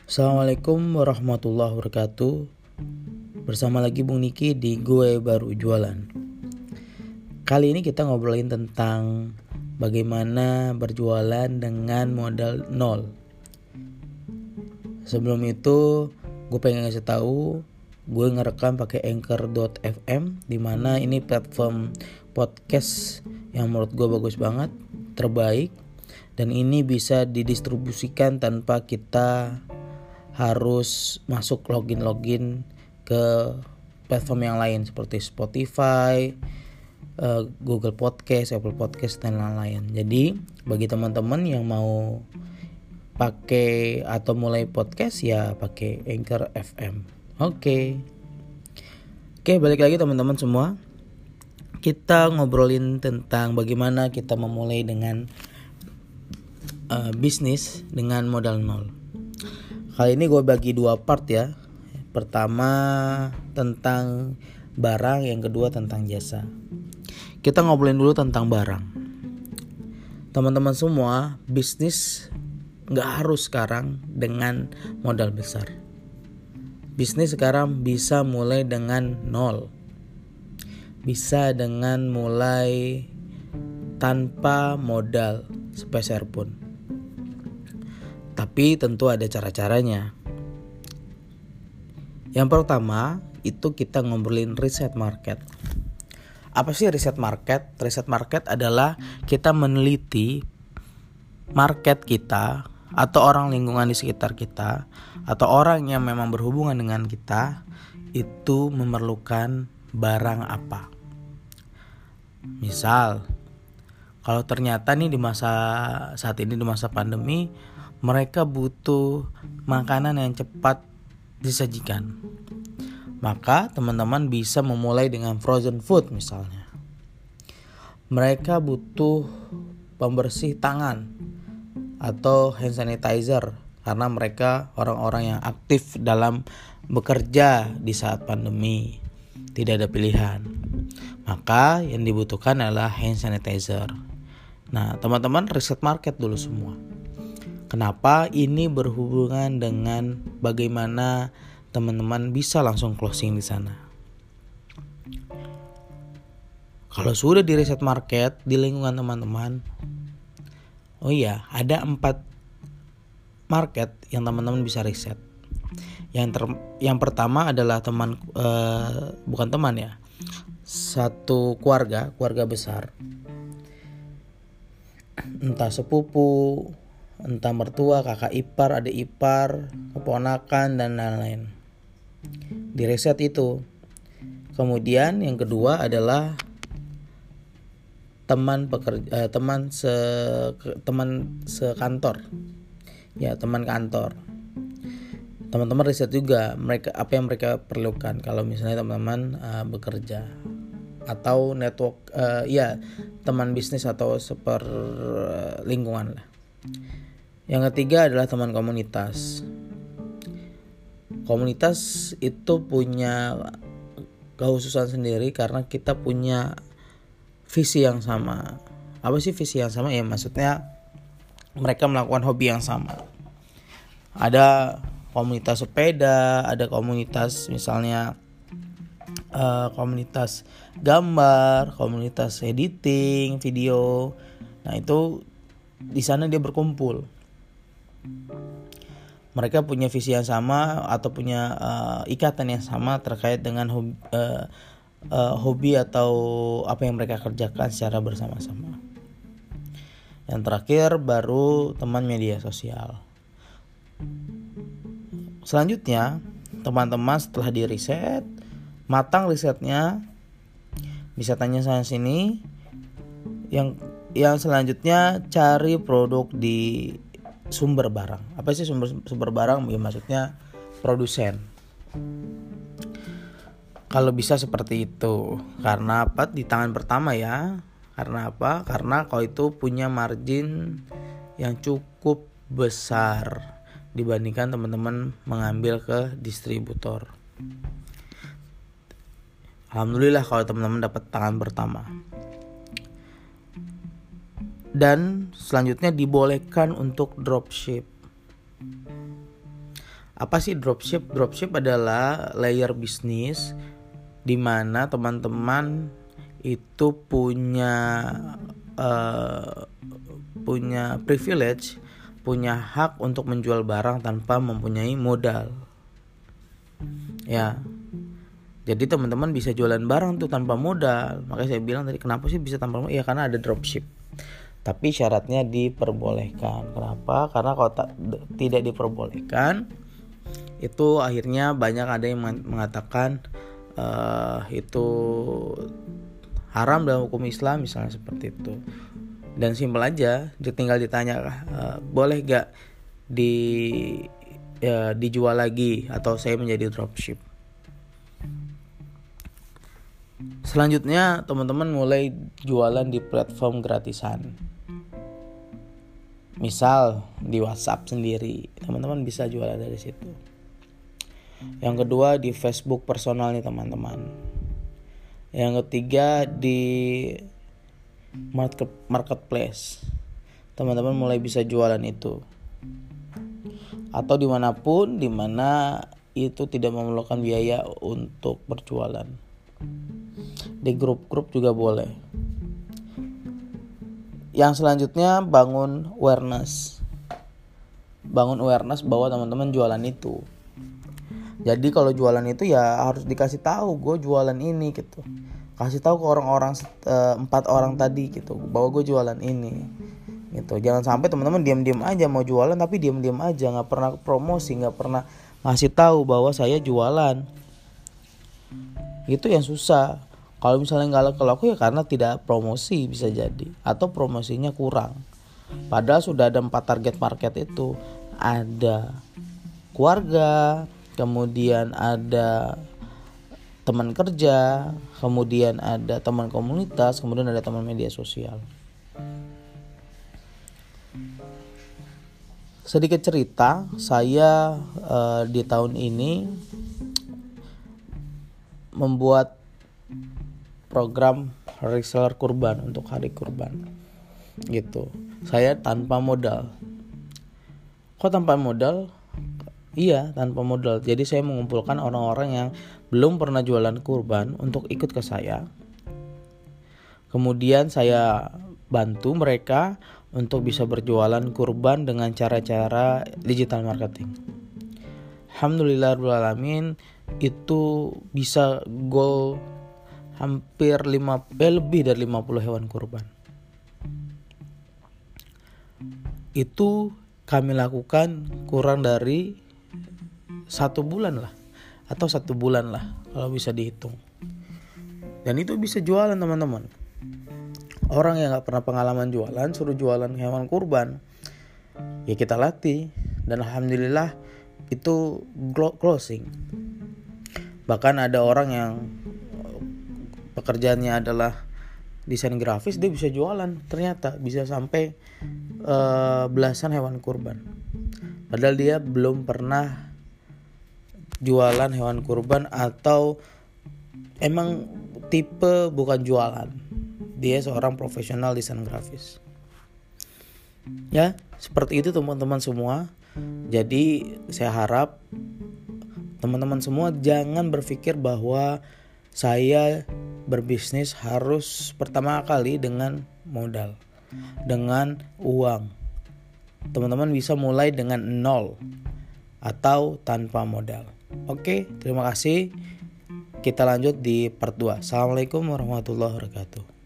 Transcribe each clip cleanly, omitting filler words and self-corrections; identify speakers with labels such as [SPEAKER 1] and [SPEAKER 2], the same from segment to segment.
[SPEAKER 1] Assalamualaikum warahmatullahi wabarakatuh. Bersama lagi Bung Niki di Gue Baru Jualan. Kali ini kita ngobrolin tentang bagaimana berjualan dengan modal nol. Sebelum itu gue pengen ngasih tahu, gue ngerekam pakai Anchor.fm, dimana ini platform podcast yang menurut gue bagus banget, terbaik. Dan ini bisa didistribusikan tanpa kita harus masuk login ke platform yang lain seperti Spotify, Google Podcast, Apple Podcast, dan lain-lain. Jadi bagi teman-teman yang mau pakai atau mulai podcast ya pakai Anchor FM. Oke, balik lagi teman-teman semua. Kita ngobrolin tentang bagaimana kita memulai dengan bisnis dengan modal nol. Kali ini gue bagi dua part ya. Pertama tentang barang, yang kedua tentang jasa. Kita ngobrolin dulu tentang barang. Teman-teman semua, bisnis gak harus sekarang dengan modal besar. Bisnis sekarang bisa mulai dengan nol. Bisa dengan mulai tanpa modal sepeser pun. Tapi tentu ada cara-caranya. Yang pertama itu kita ngobrolin riset market. Apa sih riset market? Riset market adalah kita meneliti market kita atau orang lingkungan di sekitar kita atau orang yang memang berhubungan dengan kita itu memerlukan barang apa. Misal, kalau ternyata nih di masa saat ini, di masa pandemi, mereka butuh makanan yang cepat disajikan, maka teman-teman bisa memulai dengan frozen food misalnya. Mereka butuh pembersih tangan atau hand sanitizer karena mereka orang-orang yang aktif dalam bekerja di saat pandemi, tidak ada pilihan, maka yang dibutuhkan adalah hand sanitizer. Nah, teman-teman riset market dulu semua. Kenapa? Ini berhubungan dengan bagaimana teman-teman bisa langsung closing di sana. Kalau sudah di riset market di lingkungan teman-teman, ada 4 market yang teman-teman bisa riset. Yang pertama adalah bukan teman ya, satu keluarga besar, entah sepupu, entah mertua, kakak ipar, adik ipar, keponakan, dan lain-lain. Di riset itu. Kemudian yang kedua adalah teman sekantor. Ya, teman kantor. Teman-teman riset juga mereka apa yang mereka perlukan kalau misalnya teman-teman bekerja, atau network teman bisnis atau lingkungan lah. Yang ketiga adalah teman komunitas. Komunitas itu punya kekhususan sendiri karena kita punya visi yang sama. Apa sih visi yang sama? Ya maksudnya mereka melakukan hobi yang sama. Ada komunitas sepeda, ada komunitas misalnya komunitas gambar, komunitas editing video. Nah, itu di sana dia berkumpul. Mereka punya visi yang sama atau punya ikatan yang sama terkait dengan hobi atau apa yang mereka kerjakan secara bersama-sama. Yang terakhir baru teman media sosial. Selanjutnya, teman-teman setelah di riset, matang risetnya, bisa tanya sana sini. Yang selanjutnya cari produk di sumber barang. Apa sih sumber barang? Ya maksudnya produsen. Kalau bisa seperti itu. Karena apa? Di tangan pertama ya. Karena apa? Karena kalau itu punya margin yang cukup besar dibandingkan teman-teman mengambil ke distributor. Alhamdulillah kalau teman-teman dapat tangan pertama. Dan selanjutnya dibolehkan untuk dropship. Apa sih dropship? Dropship adalah layer bisnis di mana teman-teman itu punya privilege, punya hak untuk menjual barang tanpa mempunyai modal. Ya. Jadi teman-teman bisa jualan barang tuh tanpa modal. Makanya saya bilang tadi, kenapa sih bisa tanpa modal? Ya karena ada dropship. Tapi syaratnya diperbolehkan. Kenapa? Karena kalau tidak diperbolehkan, itu akhirnya banyak ada yang mengatakan itu haram dalam hukum Islam, misalnya seperti itu. Dan simpel aja, tinggal ditanya, boleh gak dijual lagi atau saya menjadi dropship. Selanjutnya teman-teman mulai jualan di platform gratisan. Misal di WhatsApp sendiri, teman-teman bisa jualan dari situ. Yang kedua di Facebook personal nih teman-teman. Yang ketiga di marketplace, teman-teman mulai bisa jualan itu. Atau dimanapun dimana itu tidak memerlukan biaya untuk berjualan. Di grup-grup juga boleh. Yang selanjutnya bangun awareness bahwa teman-teman jualan itu. Jadi kalau jualan itu ya harus dikasih tahu gue jualan ini gitu. Kasih tahu ke orang-orang 4 orang tadi gitu bahwa gue jualan ini gitu. Jangan sampai teman-teman diam-diam aja mau jualan tapi diam-diam aja, nggak pernah promosi, nggak pernah ngasih tahu bahwa saya jualan. Itu yang susah. Kalau misalnya nggak laku ya karena tidak promosi bisa jadi, atau promosinya kurang. Padahal sudah ada 4 target market itu. Ada keluarga, kemudian ada teman kerja, kemudian ada teman komunitas, kemudian ada teman media sosial. Sedikit cerita, saya di tahun ini membuat program reseller kurban untuk hari kurban gitu. Saya tanpa modal. Kok tanpa modal? Iya, tanpa modal. Jadi saya mengumpulkan orang-orang yang belum pernah jualan kurban untuk ikut ke saya. Kemudian saya bantu mereka untuk bisa berjualan kurban dengan cara-cara digital marketing. Alhamdulillahirrahmanirrahim, itu bisa goal hampir lebih dari 50 hewan kurban. Itu kami lakukan kurang dari 1 bulan lah, atau 1 bulan lah kalau bisa dihitung. Dan itu bisa jualan teman-teman. Orang yang gak pernah pengalaman jualan suruh jualan hewan kurban, ya kita latih. Dan alhamdulillah itu closing. Bahkan ada orang yang pekerjaannya adalah desain grafis, dia bisa jualan, ternyata bisa sampai belasan hewan kurban. Padahal dia belum pernah jualan hewan kurban, atau emang tipe bukan jualan. Dia seorang profesional desain grafis. Ya, seperti itu teman-teman semua. Jadi saya harap teman-teman semua jangan berpikir bahwa saya berbisnis harus pertama kali dengan modal, dengan uang. Teman-teman bisa mulai dengan 0 atau tanpa modal. Oke, terima kasih. Kita lanjut di part 2. Assalamualaikum warahmatullahi wabarakatuh.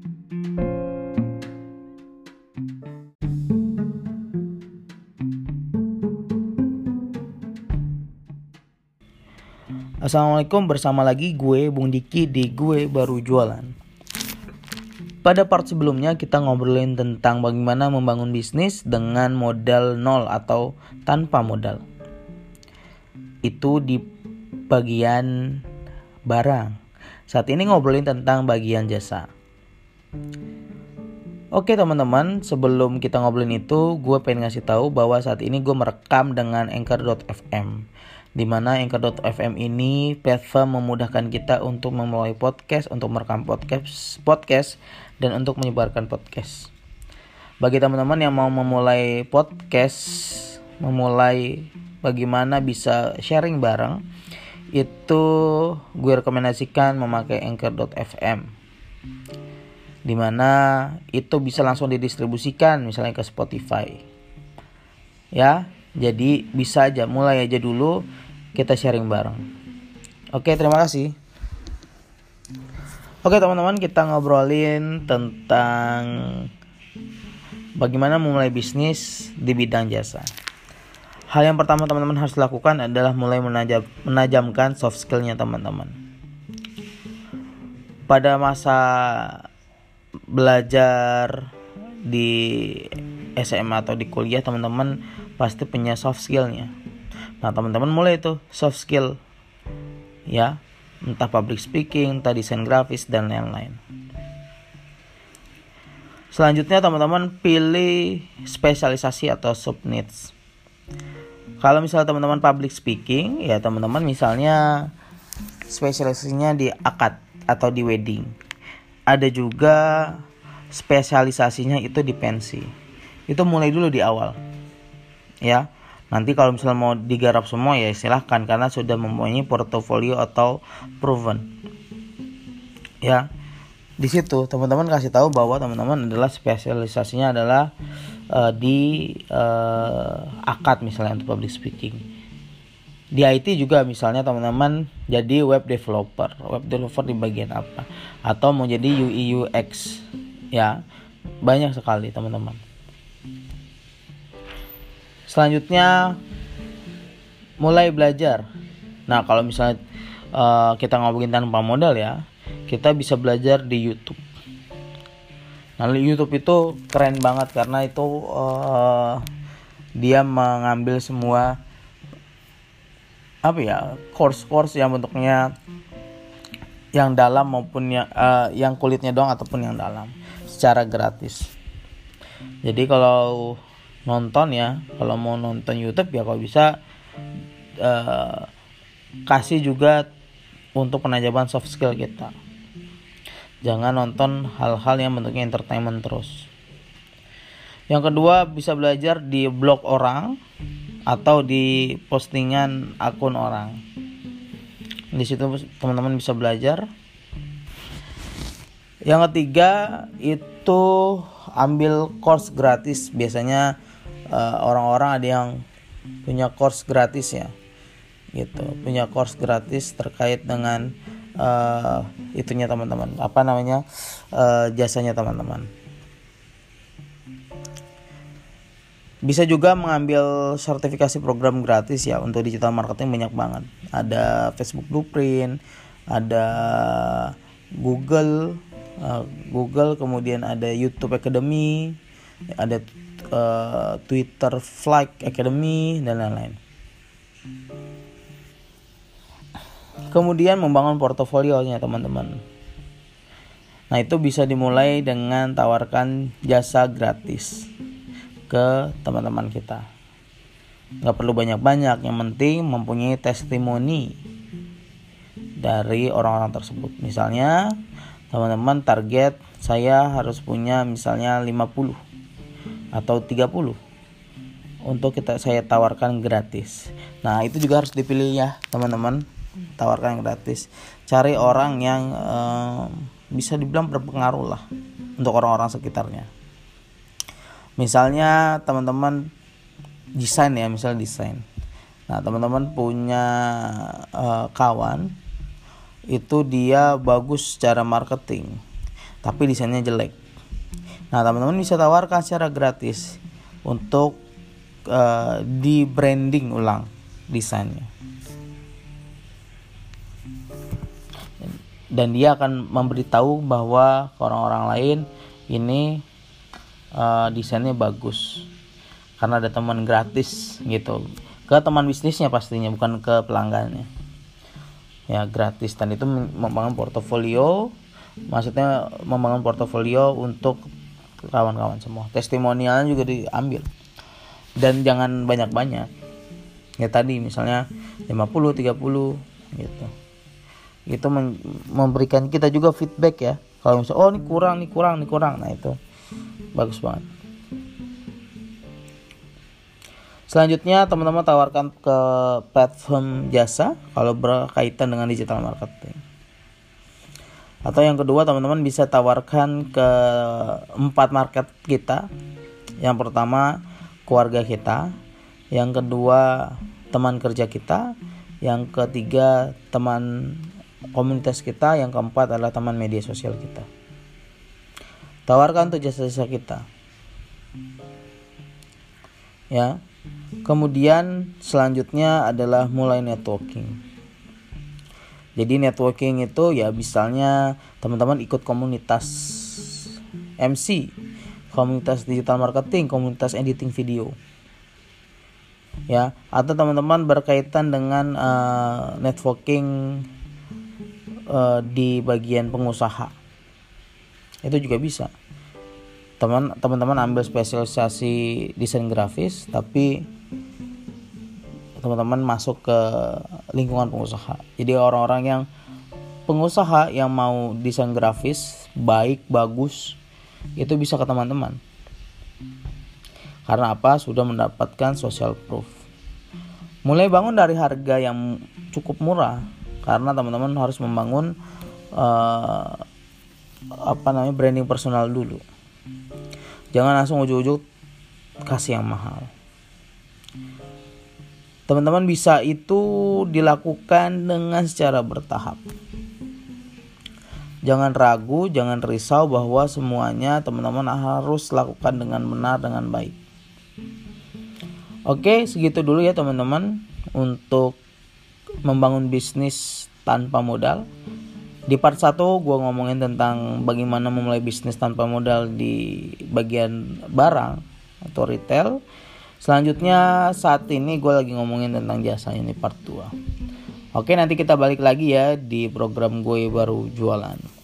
[SPEAKER 1] Assalamualaikum, bersama lagi gue Bung Diki di Gue Baru Jualan. Pada part sebelumnya kita ngobrolin tentang bagaimana membangun bisnis dengan modal 0 atau tanpa modal. Itu di bagian barang. Saat ini ngobrolin tentang bagian jasa. Oke teman-teman, sebelum kita ngobrolin itu, gue pengen ngasih tahu bahwa saat ini gue merekam dengan Anchor.fm. Di mana Anchor.fm ini platform memudahkan kita untuk memulai podcast, untuk merekam podcast dan untuk menyebarkan podcast. Bagi teman-teman yang mau memulai podcast, memulai bagaimana bisa sharing bareng, itu gue rekomendasikan memakai Anchor.fm, dimana itu bisa langsung didistribusikan misalnya ke Spotify. Ya, jadi bisa aja, mulai aja dulu kita sharing bareng. Oke, terima kasih. Oke teman-teman, kita ngobrolin tentang bagaimana memulai bisnis di bidang jasa. Hal yang pertama teman-teman harus lakukan adalah mulai menajamkan soft skill-nya teman-teman. Pada masa belajar di SMA atau di kuliah, teman-teman pasti punya soft skill-nya. Nah, teman-teman mulai tuh soft skill, ya, entah public speaking, entah desain grafis, dan lain-lain. Selanjutnya teman-teman pilih spesialisasi atau sub niche. Kalau misalnya teman-teman public speaking, ya teman-teman misalnya spesialisasinya di akad atau di wedding. Ada juga spesialisasinya itu di pensi. Itu mulai dulu di awal, ya. Nanti kalau misalnya mau digarap semua ya silahkan, karena sudah mempunyai portofolio atau proven. Ya, di situ teman-teman kasih tahu bahwa teman-teman adalah spesialisasinya adalah di akad misalnya untuk public speaking. Di IT juga misalnya teman-teman jadi web developer di bagian apa, atau mau jadi UI UX, ya banyak sekali teman-teman. Selanjutnya mulai belajar. Nah, kalau misalnya kita ngomongin tanpa modal ya, kita bisa belajar di YouTube. Nah, YouTube itu keren banget karena itu dia mengambil semua course yang bentuknya yang dalam maupun yang kulitnya doang ataupun yang dalam secara gratis. Jadi kalau kalau mau nonton YouTube ya kalau bisa kasih juga untuk penajaman soft skill kita. Jangan nonton hal-hal yang bentuknya entertainment terus. Yang kedua, bisa belajar di blog orang atau di postingan akun orang. Di situ teman-teman bisa belajar. Yang ketiga itu ambil course gratis. Biasanya orang-orang ada yang punya course gratis ya, gitu, punya course gratis terkait dengan itunya teman-teman, jasanya teman-teman. Bisa juga mengambil sertifikasi program gratis ya untuk digital marketing, banyak banget. Ada Facebook Blueprint, ada Google, kemudian ada YouTube Academy, ada Twitter Flight Academy, dan lain-lain. Kemudian membangun portofolionya teman-teman. Nah, itu bisa dimulai dengan tawarkan jasa gratis ke teman-teman kita. Gak perlu banyak-banyak, yang penting mempunyai testimoni dari orang-orang tersebut. Misalnya teman-teman target saya harus punya misalnya 50 atau 30 untuk saya tawarkan gratis. Nah, itu juga harus dipilih ya teman-teman, tawarkan gratis. Cari orang yang bisa dibilang berpengaruh lah untuk orang-orang sekitarnya. Misalnya teman-teman desain ya, misalnya desain. Nah, teman-teman punya kawan itu dia bagus secara marketing tapi desainnya jelek. Nah, teman-teman bisa tawarkan secara gratis untuk di branding ulang desainnya. Dan dia akan memberitahu bahwa ke orang-orang lain ini desainnya bagus karena ada teman gratis gitu. Ke teman bisnisnya pastinya, bukan ke pelanggannya. Ya, gratis. Dan itu membangun portofolio, maksudnya membangun portofolio untuk kawan-kawan semua. Testimonialnya juga diambil. Dan jangan banyak-banyak. Ya tadi misalnya 50, 30 gitu. Itu memberikan kita juga feedback ya. Kalau misalnya ini kurang. Nah, itu bagus banget. Selanjutnya teman-teman tawarkan ke platform jasa kalau berkaitan dengan digital marketing. Atau yang kedua, teman-teman bisa tawarkan ke 4 market kita. Yang pertama keluarga kita, yang kedua teman kerja kita, yang ketiga teman komunitas kita, yang keempat adalah teman media sosial kita. Tawarkan untuk jasa-jasa kita. Ya. Kemudian selanjutnya adalah mulai networking. Jadi networking itu ya misalnya teman-teman ikut komunitas MC, komunitas digital marketing, komunitas editing video. Ya, atau teman-teman berkaitan dengan networking di bagian pengusaha. Itu juga bisa. Teman-teman ambil spesialisasi desain grafis, tapi teman-teman masuk ke lingkungan pengusaha. Jadi orang-orang yang pengusaha yang mau desain grafis baik, bagus, itu bisa ke teman-teman. Karena apa? Sudah mendapatkan social proof. Mulai bangun dari harga yang cukup murah, karena teman-teman harus membangun branding personal dulu. Jangan langsung ujuk-ujuk kasih yang mahal. Teman-teman bisa itu dilakukan dengan secara bertahap. Jangan ragu, jangan risau bahwa semuanya teman-teman harus lakukan dengan benar, dengan baik. Oke, segitu dulu ya teman-teman untuk membangun bisnis tanpa modal. Di part 1 gue ngomongin tentang bagaimana memulai bisnis tanpa modal di bagian barang atau retail. Selanjutnya saat ini gue lagi ngomongin tentang jasa, ini part 2. Oke, nanti kita balik lagi ya di program gue baru jualan.